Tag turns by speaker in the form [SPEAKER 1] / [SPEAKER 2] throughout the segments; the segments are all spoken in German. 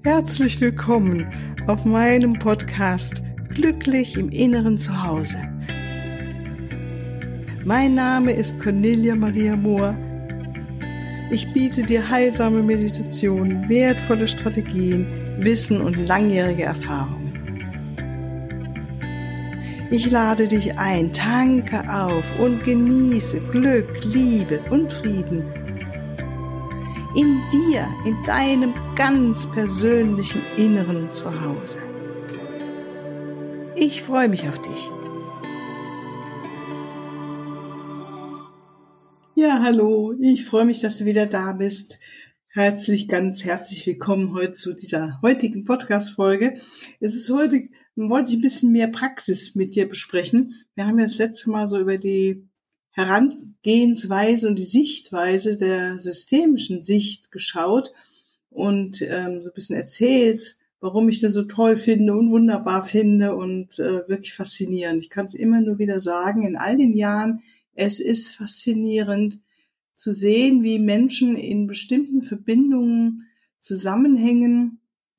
[SPEAKER 1] Herzlich willkommen auf meinem Podcast Glücklich im Inneren Zuhause. Mein Name ist Cornelia Maria Mohr. Ich biete dir heilsame Meditationen, wertvolle Strategien, Wissen und langjährige Erfahrung. Ich lade dich ein, tanke auf und genieße Glück, Liebe und Frieden. In dir, in deinem ganz persönlichen Inneren Zuhause. Ich freue mich auf dich. Ja, hallo, ich freue mich, dass du wieder da bist. Ganz herzlich willkommen heute zu dieser heutigen Podcast-Folge. Wollte ich ein bisschen mehr Praxis mit dir besprechen. Wir haben ja das letzte Mal so über die Herangehensweise und die Sichtweise der systemischen Sicht geschaut und so ein bisschen erzählt, warum ich das so toll finde und wunderbar finde und wirklich faszinierend. Ich kann es immer nur wieder sagen, in all den Jahren, es ist faszinierend zu sehen, wie Menschen in bestimmten Verbindungen zusammenhängen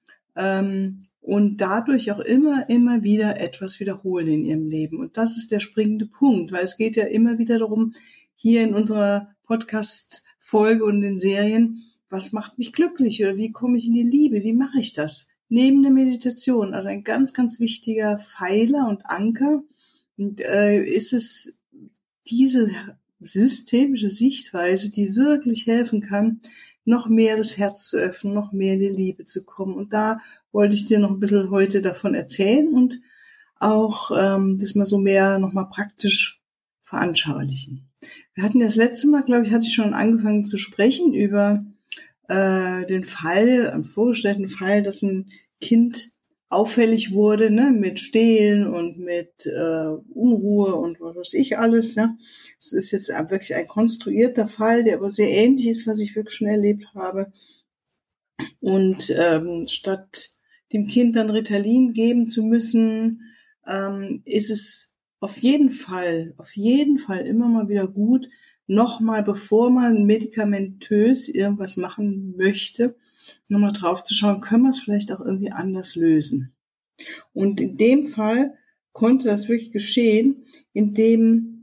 [SPEAKER 1] und dadurch auch immer wieder etwas wiederholen in ihrem Leben. Und das ist der springende Punkt, weil es geht ja immer wieder darum, hier in unserer Podcast-Folge und in Serien, was macht mich glücklich oder wie komme ich in die Liebe, wie mache ich das? Neben der Meditation, also ein ganz, ganz wichtiger Pfeiler und Anker, ist es diese systemische Sichtweise, die wirklich helfen kann, noch mehr das Herz zu öffnen, noch mehr in die Liebe zu kommen. Und da wollte ich dir noch ein bisschen heute davon erzählen und auch das mal so mehr nochmal praktisch veranschaulichen. Wir hatten das letzte Mal, glaube ich, hatte ich schon angefangen zu sprechen über den Fall, einen vorgestellten Fall, dass ein Kind auffällig wurde, ne, mit Stehlen und mit Unruhe und was weiß ich alles. Ne. Das ist jetzt wirklich ein konstruierter Fall, der aber sehr ähnlich ist, was ich wirklich schon erlebt habe. Und statt dem Kind dann Ritalin geben zu müssen, ist es auf jeden Fall immer mal wieder gut, nochmal, bevor man medikamentös irgendwas machen möchte, nochmal drauf zu schauen, können wir es vielleicht auch irgendwie anders lösen. Und in dem Fall konnte das wirklich geschehen, indem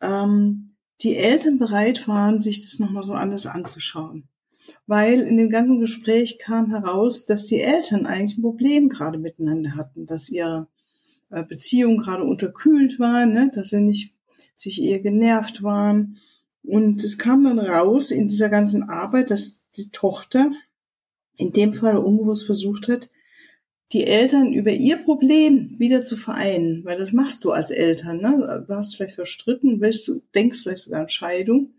[SPEAKER 1] die Eltern bereit waren, sich das nochmal so anders anzuschauen. Weil in dem ganzen Gespräch kam heraus, dass die Eltern eigentlich ein Problem gerade miteinander hatten, dass ihre Beziehung gerade unterkühlt war, ne, dass sie nicht sich eher genervt waren. Und es kam dann raus in dieser ganzen Arbeit, dass die Tochter in dem Fall unbewusst versucht hat, die Eltern über ihr Problem wieder zu vereinen, weil das machst du als Eltern, ne? Du hast vielleicht verstritten, denkst vielleicht sogar an Scheidung.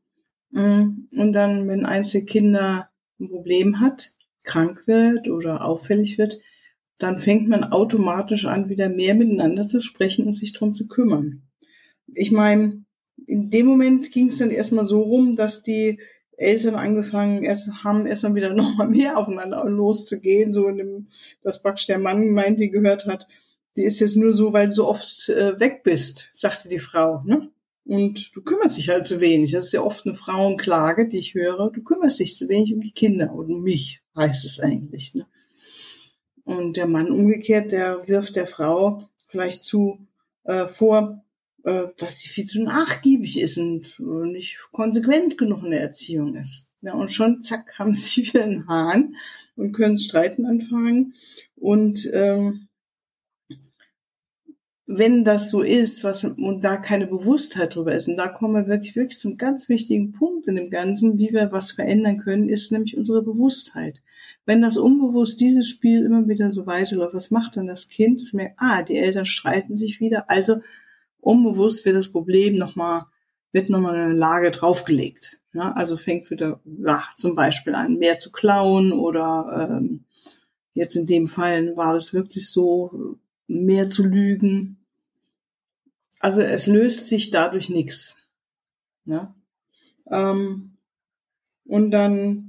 [SPEAKER 1] Und dann, wenn eins der Kinder ein Problem hat, krank wird oder auffällig wird, dann fängt man automatisch an, wieder mehr miteinander zu sprechen und sich drum zu kümmern. Ich meine, in dem Moment ging es dann erstmal so rum, dass die Eltern haben erstmal wieder nochmal mehr aufeinander loszugehen, so dass praktisch der Mann meint, die gehört hat, die ist jetzt nur so, weil du so oft weg bist, sagte die Frau, ne? Und du kümmerst dich halt zu wenig. Das ist ja oft eine Frauenklage, die ich höre. Du kümmerst dich zu wenig um die Kinder und um mich, heißt es eigentlich, ne? Und der Mann umgekehrt, der wirft der Frau vielleicht vor, dass sie viel zu nachgiebig ist und nicht konsequent genug in der Erziehung ist. Ja, und schon, zack, haben sie wieder einen Hahn und können Streiten anfangen. Und wenn das so ist, und da keine Bewusstheit drüber ist, und da kommen wir wirklich zum ganz wichtigen Punkt in dem Ganzen, wie wir was verändern können, ist nämlich unsere Bewusstheit. Wenn das unbewusst dieses Spiel immer wieder so weiterläuft, was macht dann das Kind? Es merkt, die Eltern streiten sich wieder, also unbewusst wird das Problem nochmal eine Lage draufgelegt. Ja, also fängt wieder zum Beispiel an, mehr zu klauen oder jetzt in dem Fall war das wirklich so, mehr zu lügen. Also es löst sich dadurch nichts. Ja? Und dann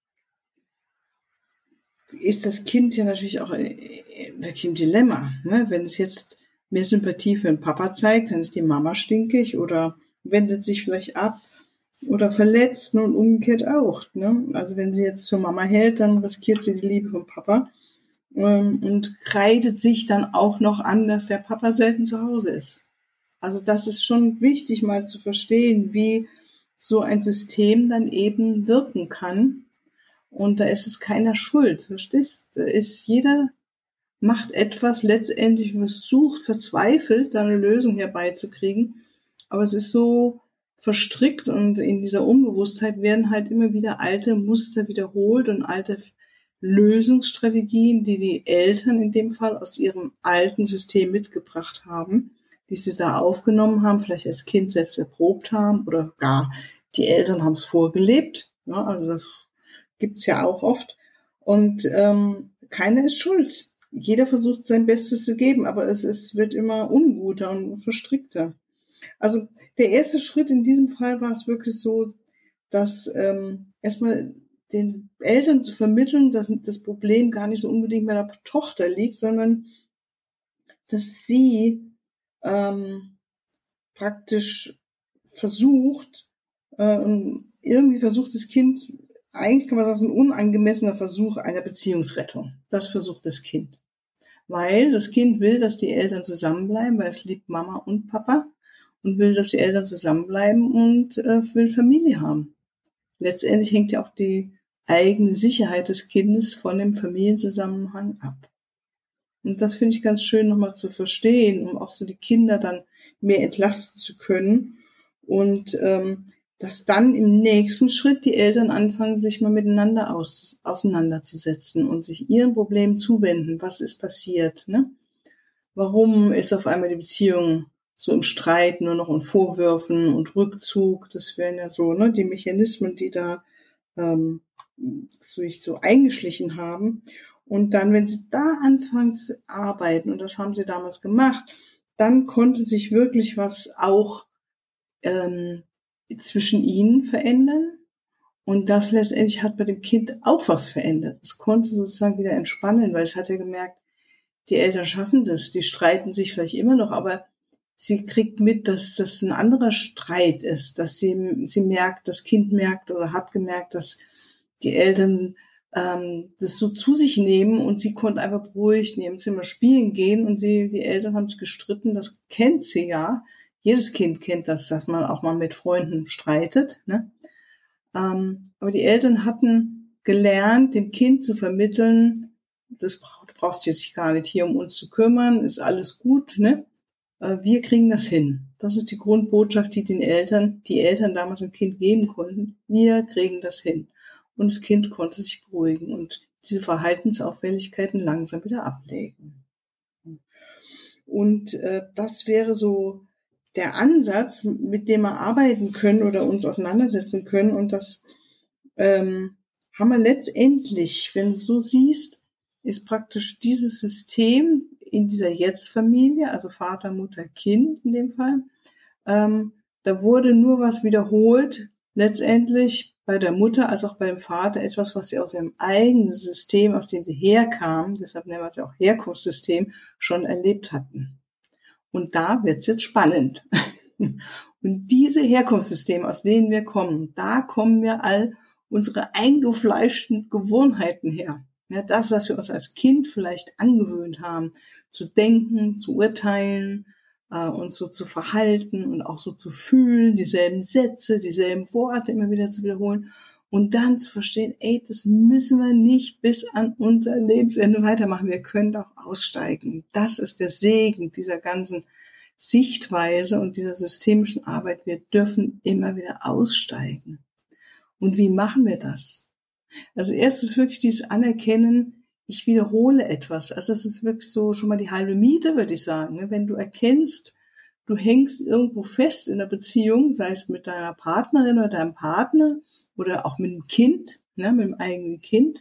[SPEAKER 1] ist das Kind ja natürlich auch wirklich im Dilemma. Ne? Wenn es jetzt mehr Sympathie für den Papa zeigt, dann ist die Mama stinkig oder wendet sich vielleicht ab. oder verletzt, ne? Und umgekehrt auch. Ne? Also wenn sie jetzt zur Mama hält, dann riskiert sie die Liebe vom Papa und kreidet sich dann auch noch an, dass der Papa selten zu Hause ist. Also das ist schon wichtig, mal zu verstehen, wie so ein System dann eben wirken kann. Und da ist es keiner schuld, verstehst? Da ist jeder macht etwas, letztendlich versucht, verzweifelt, da eine Lösung herbeizukriegen. Aber es ist so verstrickt und in dieser Unbewusstheit werden halt immer wieder alte Muster wiederholt und alte Lösungsstrategien, die die Eltern in dem Fall aus ihrem alten System mitgebracht haben, die sie da aufgenommen haben, vielleicht als Kind selbst erprobt haben oder gar die Eltern haben es vorgelebt. Ja, also das gibt's ja auch oft. Und keiner ist schuld. Jeder versucht sein Bestes zu geben, aber es wird immer unguter und verstrickter. Also der erste Schritt in diesem Fall war es wirklich so, dass erstmal den Eltern zu vermitteln, dass das Problem gar nicht so unbedingt bei der Tochter liegt, sondern dass sie praktisch versucht, irgendwie versucht das Kind, eigentlich kann man sagen, es ist ein unangemessener Versuch einer Beziehungsrettung. Das versucht das Kind. Weil das Kind will, dass die Eltern zusammenbleiben, weil es liebt Mama und Papa und will, dass die Eltern zusammenbleiben und will Familie haben. Letztendlich hängt ja auch die eigene Sicherheit des Kindes von dem Familienzusammenhang ab. Und das finde ich ganz schön nochmal zu verstehen, um auch so die Kinder dann mehr entlasten zu können. Und dass dann im nächsten Schritt die Eltern anfangen, sich mal miteinander auseinanderzusetzen und sich ihren Problemen zuwenden. Was ist passiert? Ne? Warum ist auf einmal die Beziehung so im Streit, nur noch in Vorwürfen und Rückzug? Das wären ja so die Mechanismen, die da sich so eingeschlichen haben. Und dann, wenn sie da anfangen zu arbeiten, und das haben sie damals gemacht, dann konnte sich wirklich was auch zwischen ihnen verändern. Und das letztendlich hat bei dem Kind auch was verändert. Es konnte sozusagen wieder entspannen, weil es hat ja gemerkt, die Eltern schaffen das, die streiten sich vielleicht immer noch, aber sie kriegt mit, dass das ein anderer Streit ist, dass sie merkt, das Kind merkt oder hat gemerkt, dass die Eltern das so zu sich nehmen und sie konnte einfach ruhig in ihrem Zimmer spielen gehen und die Eltern haben sich gestritten, das kennt sie ja. Jedes Kind kennt das, dass man auch mal mit Freunden streitet, ne? Aber die Eltern hatten gelernt, dem Kind zu vermitteln, du brauchst jetzt gar nicht hier um uns zu kümmern, ist alles gut, ne? Wir kriegen das hin. Das ist die Grundbotschaft, die die Eltern damals dem Kind geben konnten. Wir kriegen das hin. Und das Kind konnte sich beruhigen und diese Verhaltensauffälligkeiten langsam wieder ablegen. Und das wäre so der Ansatz, mit dem wir arbeiten können oder uns auseinandersetzen können. Und das haben wir letztendlich, wenn du so siehst, ist praktisch dieses System in dieser Jetzt-Familie, also Vater, Mutter, Kind in dem Fall, da wurde nur was wiederholt, letztendlich bei der Mutter als auch beim Vater etwas, was sie aus ihrem eigenen System, aus dem sie herkamen, deshalb nennen wir es ja auch Herkunftssystem, schon erlebt hatten. Und da wird's jetzt spannend. Und diese Herkunftssysteme, aus denen wir kommen, da kommen wir all unsere eingefleischten Gewohnheiten her. Ja, das, was wir uns als Kind vielleicht angewöhnt haben, zu denken, zu urteilen, uns so zu verhalten und auch so zu fühlen, dieselben Sätze, dieselben Worte immer wieder zu wiederholen und dann zu verstehen, das müssen wir nicht bis an unser Lebensende weitermachen. Wir können doch aussteigen. Das ist der Segen dieser ganzen Sichtweise und dieser systemischen Arbeit. Wir dürfen immer wieder aussteigen. Und wie machen wir das? Also erstes wirklich dieses Anerkennen, ich wiederhole etwas. Also das ist wirklich so schon mal die halbe Miete, würde ich sagen. Wenn du erkennst, du hängst irgendwo fest in der Beziehung, sei es mit deiner Partnerin oder deinem Partner oder auch mit dem Kind, mit dem eigenen Kind,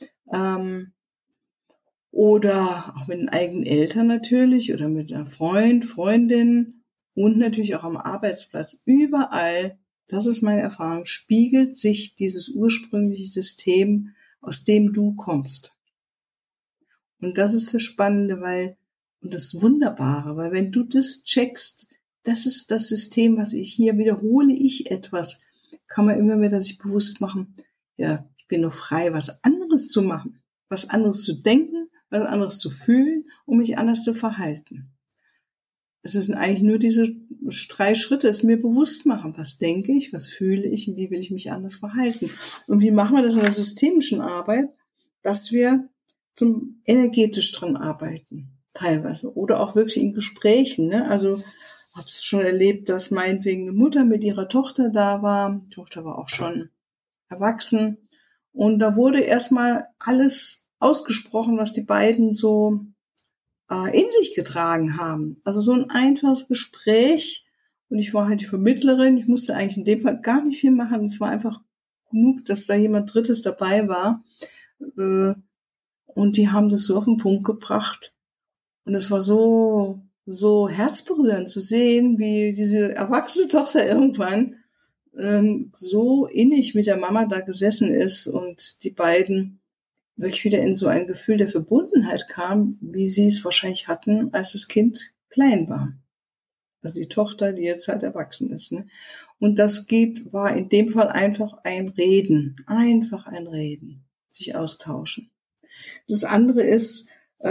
[SPEAKER 1] oder auch mit den eigenen Eltern natürlich oder mit einer Freund, Freundin und natürlich auch am Arbeitsplatz. Überall, das ist meine Erfahrung, spiegelt sich dieses ursprüngliche System, aus dem du kommst. Und das ist das Spannende, und das Wunderbare, weil wenn du das checkst, das ist das System, was ich hier wiederhole, ich etwas. kann man immer wieder sich bewusst machen, ja, ich bin noch frei, was anderes zu machen, was anderes zu denken, was anderes zu fühlen, um mich anders zu verhalten. Es sind eigentlich nur diese 3 Schritte, es mir bewusst machen. Was denke ich, was fühle ich und wie will ich mich anders verhalten? Und wie machen wir das in der systemischen Arbeit? Dass wir zum energetisch dran arbeiten, teilweise. Oder auch wirklich in Gesprächen. Ne? Also habe es schon erlebt, dass meinetwegen eine Mutter mit ihrer Tochter da war. Die Tochter war auch schon erwachsen. Und da wurde erstmal alles ausgesprochen, was die beiden so in sich getragen haben. Also so ein einfaches Gespräch. Und ich war halt die Vermittlerin. Ich musste eigentlich in dem Fall gar nicht viel machen. Es war einfach genug, dass da jemand Drittes dabei war. Und die haben das so auf den Punkt gebracht. Und es war so herzberührend zu sehen, wie diese erwachsene Tochter irgendwann so innig mit der Mama da gesessen ist und die beiden wirklich wieder in so ein Gefühl der Verbundenheit kam, wie sie es wahrscheinlich hatten, als das Kind klein war. Also die Tochter, die jetzt halt erwachsen ist. Ne? Und das war in dem Fall einfach ein Reden, sich austauschen. Das andere ist,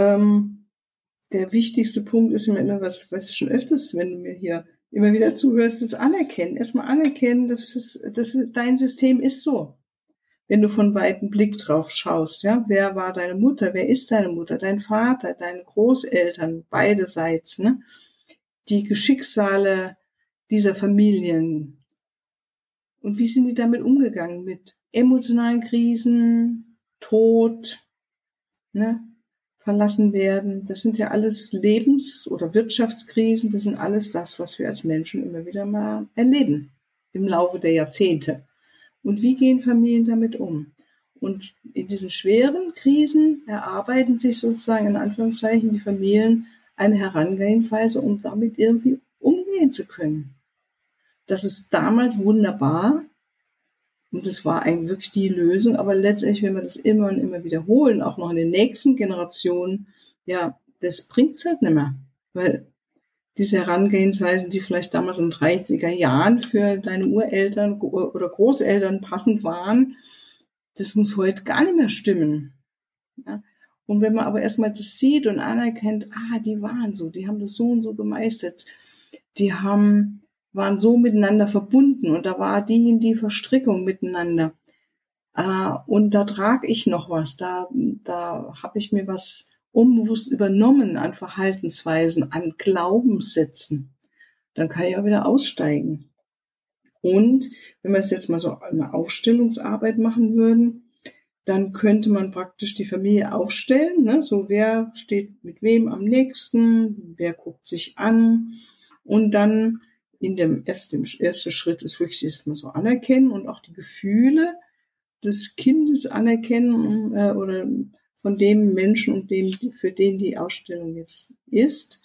[SPEAKER 1] der wichtigste Punkt ist immer, was du schon öfters, wenn du mir hier immer wieder zuhörst, das Anerkennen. Erstmal anerkennen, dass dein System ist so. Wenn du von weitem Blick drauf schaust, ja, wer war deine Mutter, wer ist deine Mutter, dein Vater, deine Großeltern, beiderseits, ne? Die Schicksale dieser Familien. Und wie sind die damit umgegangen? Mit emotionalen Krisen, Tod, ne? Verlassen werden. Das sind ja alles Lebens- oder Wirtschaftskrisen. Das sind alles das, was wir als Menschen immer wieder mal erleben im Laufe der Jahrzehnte. Und wie gehen Familien damit um? Und in diesen schweren Krisen erarbeiten sich sozusagen in Anführungszeichen die Familien eine Herangehensweise, um damit irgendwie umgehen zu können. Das ist damals wunderbar und das war eigentlich wirklich die Lösung, aber letztendlich, wenn wir das immer und immer wiederholen, auch noch in den nächsten Generationen, ja, das bringt's halt nicht mehr, weil diese Herangehensweisen, die vielleicht damals in den 30er Jahren für deine Ureltern oder Großeltern passend waren, das muss heute gar nicht mehr stimmen. Ja? Und wenn man aber erstmal das sieht und anerkennt, die waren so, die haben das so und so gemeistert, waren so miteinander verbunden und da war die in die Verstrickung miteinander. Und da trage ich noch was, da habe ich mir was unbewusst übernommen an Verhaltensweisen, an Glaubenssätzen. Dann kann ich auch wieder aussteigen. Und wenn wir es jetzt mal so eine Aufstellungsarbeit machen würden, dann könnte man praktisch die Familie aufstellen, ne? So wer steht mit wem am nächsten, wer guckt sich an und dann erste Schritt ist wirklich erstmal so anerkennen und auch die Gefühle des Kindes anerkennen oder von dem Menschen und für den die Ausstellung jetzt ist.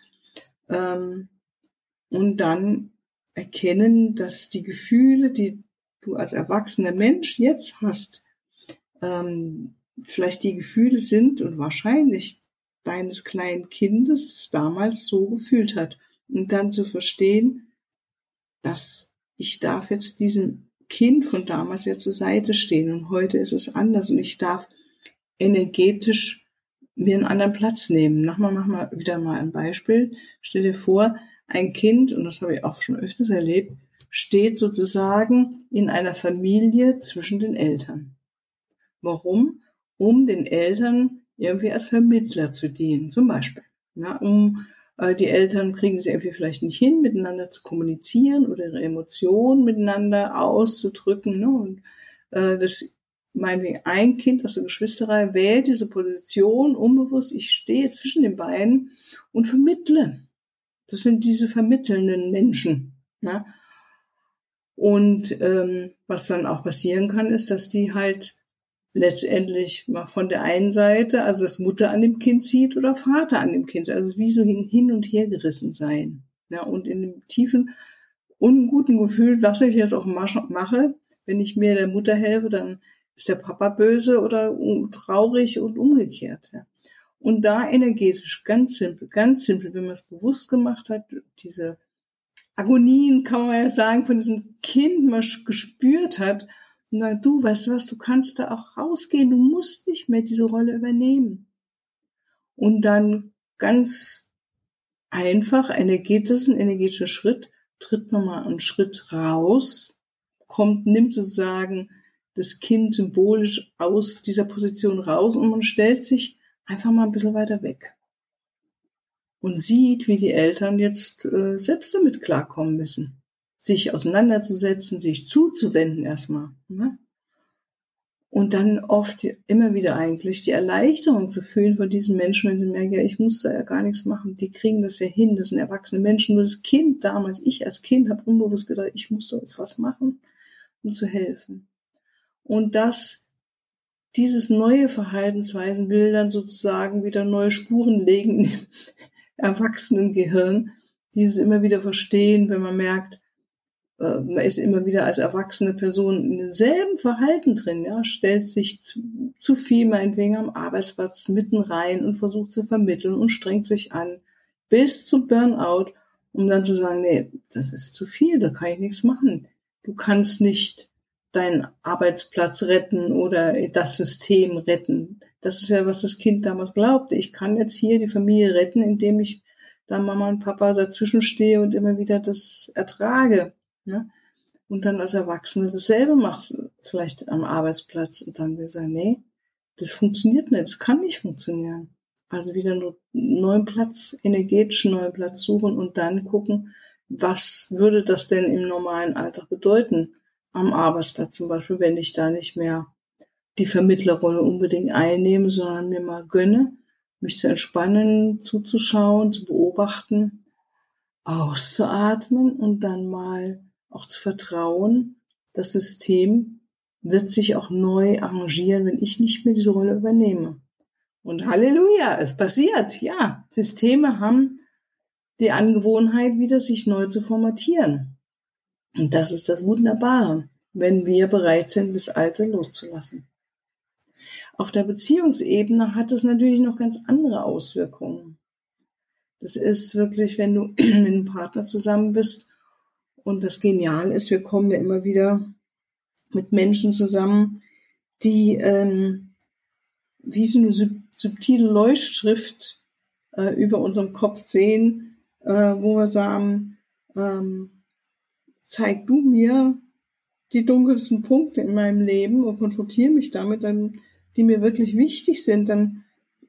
[SPEAKER 1] Und dann erkennen, dass die Gefühle, die du als erwachsener Mensch jetzt hast, vielleicht die Gefühle sind und wahrscheinlich deines kleinen Kindes, das damals so gefühlt hat. Und dann zu verstehen, dass ich darf jetzt diesem Kind von damals ja zur Seite stehen und heute ist es anders und ich darf energetisch mir einen anderen Platz nehmen. Mach mal wieder mal ein Beispiel. Stell dir vor, ein Kind, und das habe ich auch schon öfters erlebt, steht sozusagen in einer Familie zwischen den Eltern. Warum? Um den Eltern irgendwie als Vermittler zu dienen, zum Beispiel. Ja, die Eltern kriegen sie irgendwie vielleicht nicht hin, miteinander zu kommunizieren oder ihre Emotionen miteinander auszudrücken. Ne? Und das meinetwegen ein Kind aus der Geschwisterreihe wählt diese Position unbewusst, ich stehe zwischen den beiden und vermittle. Das sind diese vermittelnden Menschen. Ne? Und was dann auch passieren kann, ist, dass die halt letztendlich mal von der einen Seite, also das Mutter an dem Kind zieht oder Vater an dem Kind, also wie so hin und her gerissen sein. Ja, und in dem tiefen, unguten Gefühl, was ich jetzt auch mache, wenn ich mir der Mutter helfe, dann ist der Papa böse oder traurig und umgekehrt. Ja. Und da energetisch, ganz simpel, wenn man es bewusst gemacht hat, diese Agonien, kann man ja sagen, von diesem Kind mal gespürt hat. Und dann, du, weißt du was, du kannst da auch rausgehen, du musst nicht mehr diese Rolle übernehmen. Und dann ganz einfach, das ist ein energetischer Schritt, tritt man mal einen Schritt raus, nimmt sozusagen das Kind symbolisch aus dieser Position raus und man stellt sich einfach mal ein bisschen weiter weg. Und sieht, wie die Eltern jetzt selbst damit klarkommen müssen. Sich auseinanderzusetzen, sich zuzuwenden erstmal. Ne? Und dann oft immer wieder eigentlich die Erleichterung zu fühlen von diesen Menschen, wenn sie merken, ja, ich muss da ja gar nichts machen. Die kriegen das ja hin, das sind erwachsene Menschen. Nur das Kind damals, ich als Kind habe unbewusst gedacht, ich muss doch jetzt was machen, um zu helfen. Und dieses neue Verhaltensweisen will dann sozusagen wieder neue Spuren legen im Erwachsenengehirn, dieses immer wieder verstehen, wenn man merkt, man ist immer wieder als erwachsene Person in demselben Verhalten drin, ja, stellt sich zu viel meinetwegen am Arbeitsplatz mitten rein und versucht zu vermitteln und strengt sich an bis zum Burnout, um dann zu sagen, nee, das ist zu viel, da kann ich nichts machen. Du kannst nicht deinen Arbeitsplatz retten oder das System retten. Das ist ja, was das Kind damals glaubte. Ich kann jetzt hier die Familie retten, indem ich da Mama und Papa dazwischen stehe und immer wieder das ertrage. Ne? Und dann als Erwachsene dasselbe machst, vielleicht am Arbeitsplatz. Und dann will ich sagen, nee, das funktioniert nicht, das kann nicht funktionieren. Also wieder einen neuen Platz, energetischen neuen Platz suchen und dann gucken, was würde das denn im normalen Alltag bedeuten? Am Arbeitsplatz zum Beispiel, wenn ich da nicht mehr die Vermittlerrolle unbedingt einnehme, sondern mir mal gönne, mich zu entspannen, zuzuschauen, zu beobachten, auszuatmen und dann mal auch zu vertrauen, das System wird sich auch neu arrangieren, wenn ich nicht mehr diese Rolle übernehme. Und Halleluja, es passiert, ja. Systeme haben die Angewohnheit, wieder sich neu zu formatieren. Und das ist das Wunderbare, wenn wir bereit sind, das Alte loszulassen. Auf der Beziehungsebene hat es natürlich noch ganz andere Auswirkungen. Das ist wirklich, wenn du mit einem Partner zusammen bist und das Genial ist, wir kommen ja immer wieder mit Menschen zusammen, die wie so eine subtile Leuchtschrift über unserem Kopf sehen, wo wir sagen, zeig du mir die dunkelsten Punkte in meinem Leben und konfrontiere mich damit, dann, die mir wirklich wichtig sind, dann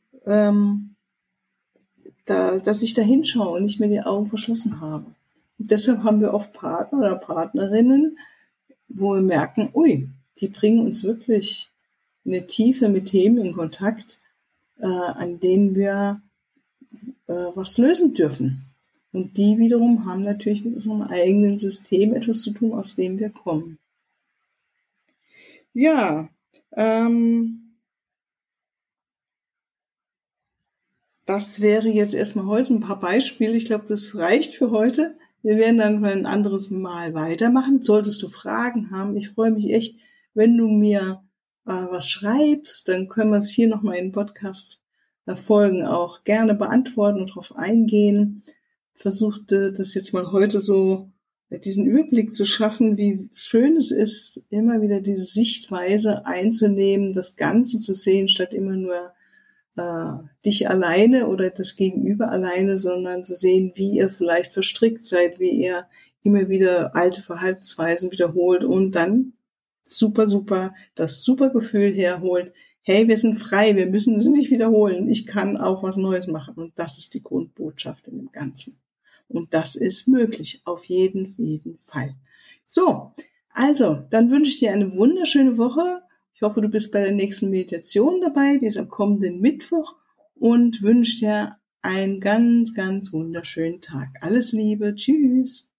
[SPEAKER 1] dass ich da hinschaue und nicht mehr die Augen verschlossen habe. Und deshalb haben wir oft Partner oder Partnerinnen, wo wir merken, ui, die bringen uns wirklich in eine Tiefe mit Themen in Kontakt, an denen wir was lösen dürfen. Und die wiederum haben natürlich mit unserem eigenen System etwas zu tun, aus dem wir kommen. Ja, das wäre jetzt erstmal heute ein paar Beispiele. Ich glaube, das reicht für heute. Wir werden dann ein anderes Mal weitermachen. Solltest du Fragen haben, ich freue mich echt, wenn du mir was schreibst, dann können wir es hier nochmal in Podcast-Folgen auch gerne beantworten und darauf eingehen. Versuchte das jetzt mal heute so, diesen Überblick zu schaffen, wie schön es ist, immer wieder diese Sichtweise einzunehmen, das Ganze zu sehen, statt immer nur dich alleine oder das Gegenüber alleine, sondern zu sehen, wie ihr vielleicht verstrickt seid, wie ihr immer wieder alte Verhaltensweisen wiederholt und dann das super Gefühl herholt, hey, wir sind frei, wir müssen es nicht wiederholen, ich kann auch was Neues machen. Und das ist die Grundbotschaft in dem Ganzen. Und das ist möglich, auf jeden Fall. So, also, dann wünsche ich dir eine wunderschöne Woche. Ich hoffe, du bist bei der nächsten Meditation dabei, die ist am kommenden Mittwoch, und wünsche dir einen ganz, ganz wunderschönen Tag. Alles Liebe, tschüss.